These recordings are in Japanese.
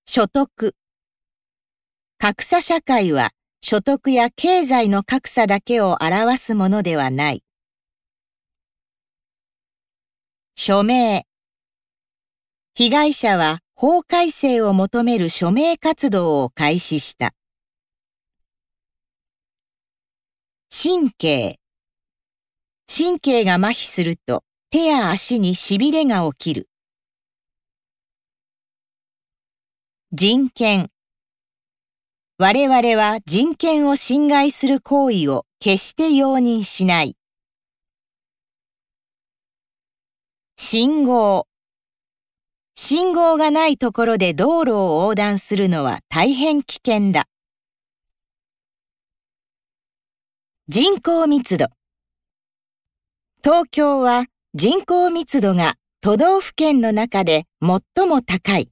所得。格差社会は所得や経済の格差だけを表すものではない。署名。被害者は法改正を求める署名活動を開始した。神経。神経が麻痺すると手や足にしびれが起きる。人権。我々は人権を侵害する行為を決して容認しない。信号。信号がないところで道路を横断するのは大変危険だ。人口密度。東京は人口密度が都道府県の中で最も高い。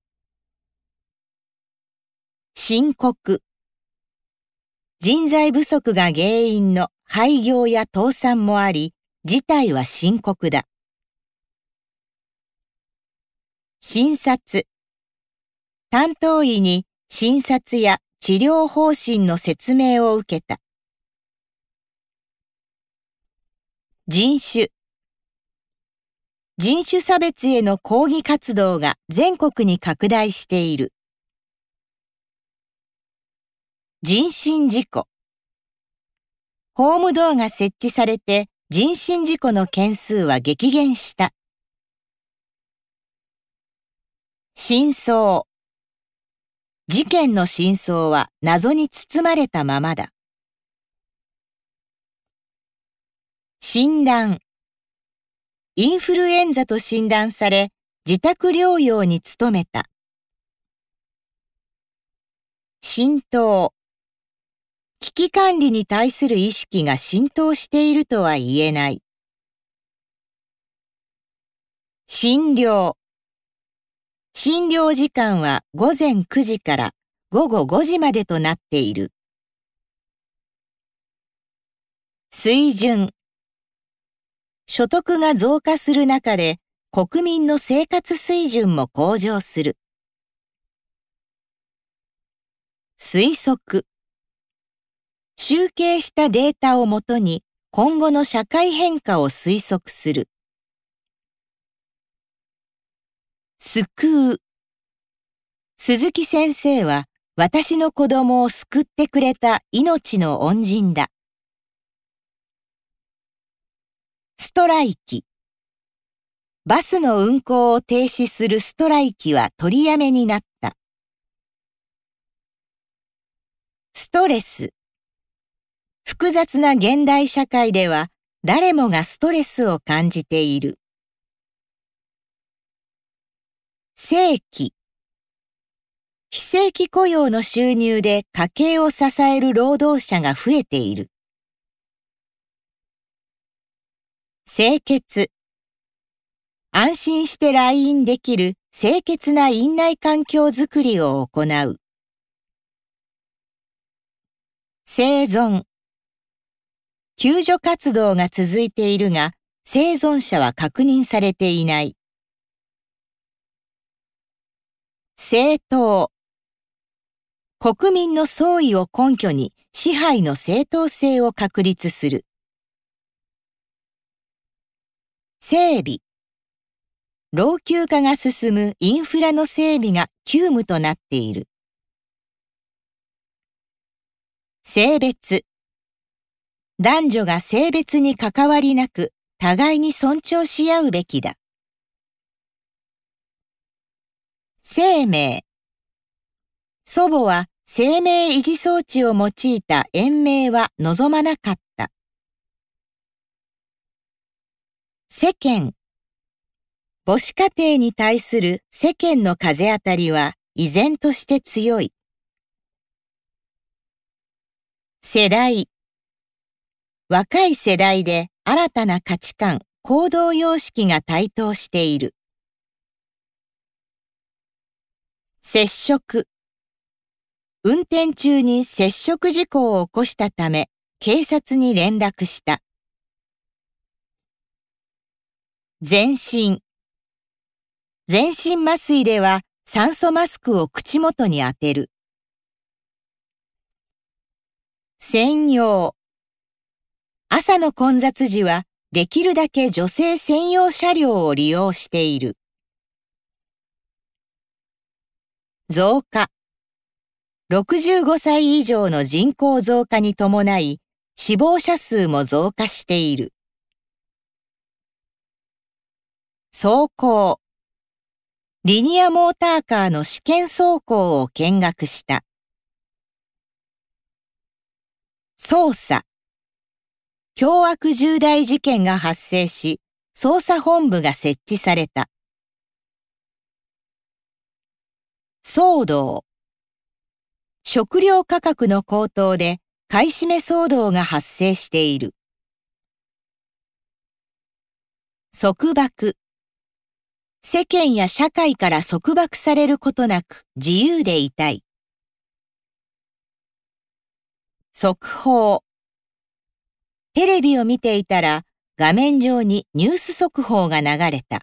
深刻。人材不足が原因の廃業や倒産もあり、事態は深刻だ。診察。担当医に診察や治療方針の説明を受けた。人種。人種差別への抗議活動が全国に拡大している。人身事故。ホームドアが設置されて人身事故の件数は激減した。真相。事件の真相は謎に包まれたままだ。診断。インフルエンザと診断され、自宅療養に努めた。浸透。危機管理に対する意識が浸透しているとは言えない。診療。診療時間は午前9時から午後5時までとなっている。水準。所得が増加する中で国民の生活水準も向上する。推測。集計したデータをもとに今後の社会変化を推測する。救う。鈴木先生は私の子供を救ってくれた命の恩人だ。ストライキ。バスの運行を停止するストライキは取りやめになった。ストレス。複雑な現代社会では誰もがストレスを感じている。正規。非正規雇用の収入で家計を支える労働者が増えている。清潔。安心して来院できる清潔な院内環境づくりを行う。生存。救助活動が続いているが、生存者は確認されていない。政党。国民の総意を根拠に支配の正当性を確立する。整備。老朽化が進むインフラの整備が急務となっている。性別。男女が性別に関わりなく互いに尊重し合うべきだ。生命。祖母は生命維持装置を用いた延命は望まなかった。世間。母子家庭に対する世間の風当たりは依然として強い。世代。若い世代で新たな価値観、行動様式が台頭している。接触。運転中に接触事故を起こしたため、警察に連絡した。全身。全身麻酔では酸素マスクを口元に当てる。専用。朝の混雑時はできるだけ女性専用車両を利用している。増加。65歳以上の人口増加に伴い、死亡者数も増加している。走行。リニアモーターカーの試験走行を見学した。捜査。凶悪重大事件が発生し、捜査本部が設置された。騒動。食料価格の高騰で買い占め騒動が発生している。束縛。世間や社会から束縛されることなく自由でいたい。速報。テレビを見ていたら画面上にニュース速報が流れた。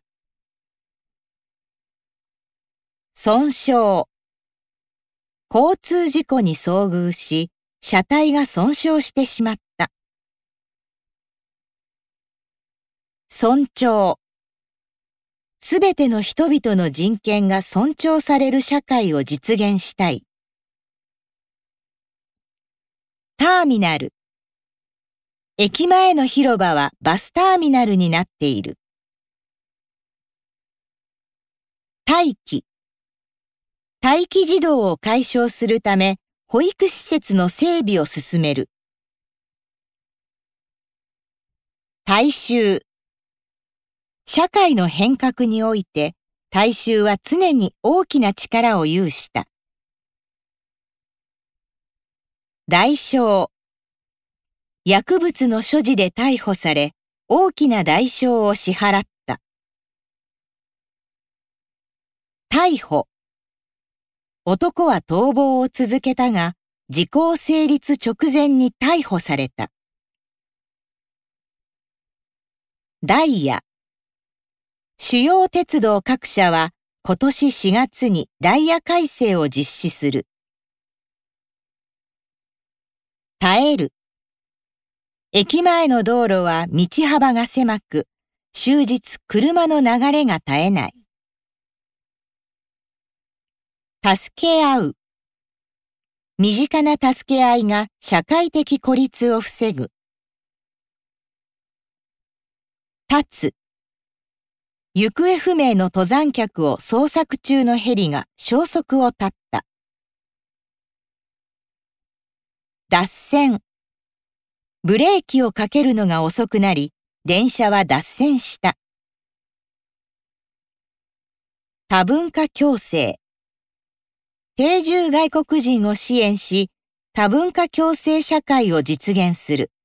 損傷。交通事故に遭遇し、車体が損傷してしまった。尊重。すべての人々の人権が尊重される社会を実現したい。ターミナル。駅前の広場はバスターミナルになっている。待機。待機児童を解消するため、保育施設の整備を進める。大衆。社会の変革において、大衆は常に大きな力を有した。代償。薬物の所持で逮捕され、大きな代償を支払った。逮捕。男は逃亡を続けたが、時効成立直前に逮捕された。ダイヤ。主要鉄道各社は今年4月にダイヤ改正を実施する。耐える。駅前の道路は道幅が狭く、終日車の流れが絶えない。助け合う。身近な助け合いが社会的孤立を防ぐ。立つ。行方不明の登山客を捜索中のヘリが消息を絶った。脱線。ブレーキをかけるのが遅くなり、電車は脱線した。多文化共生。定住外国人を支援し、多文化共生社会を実現する。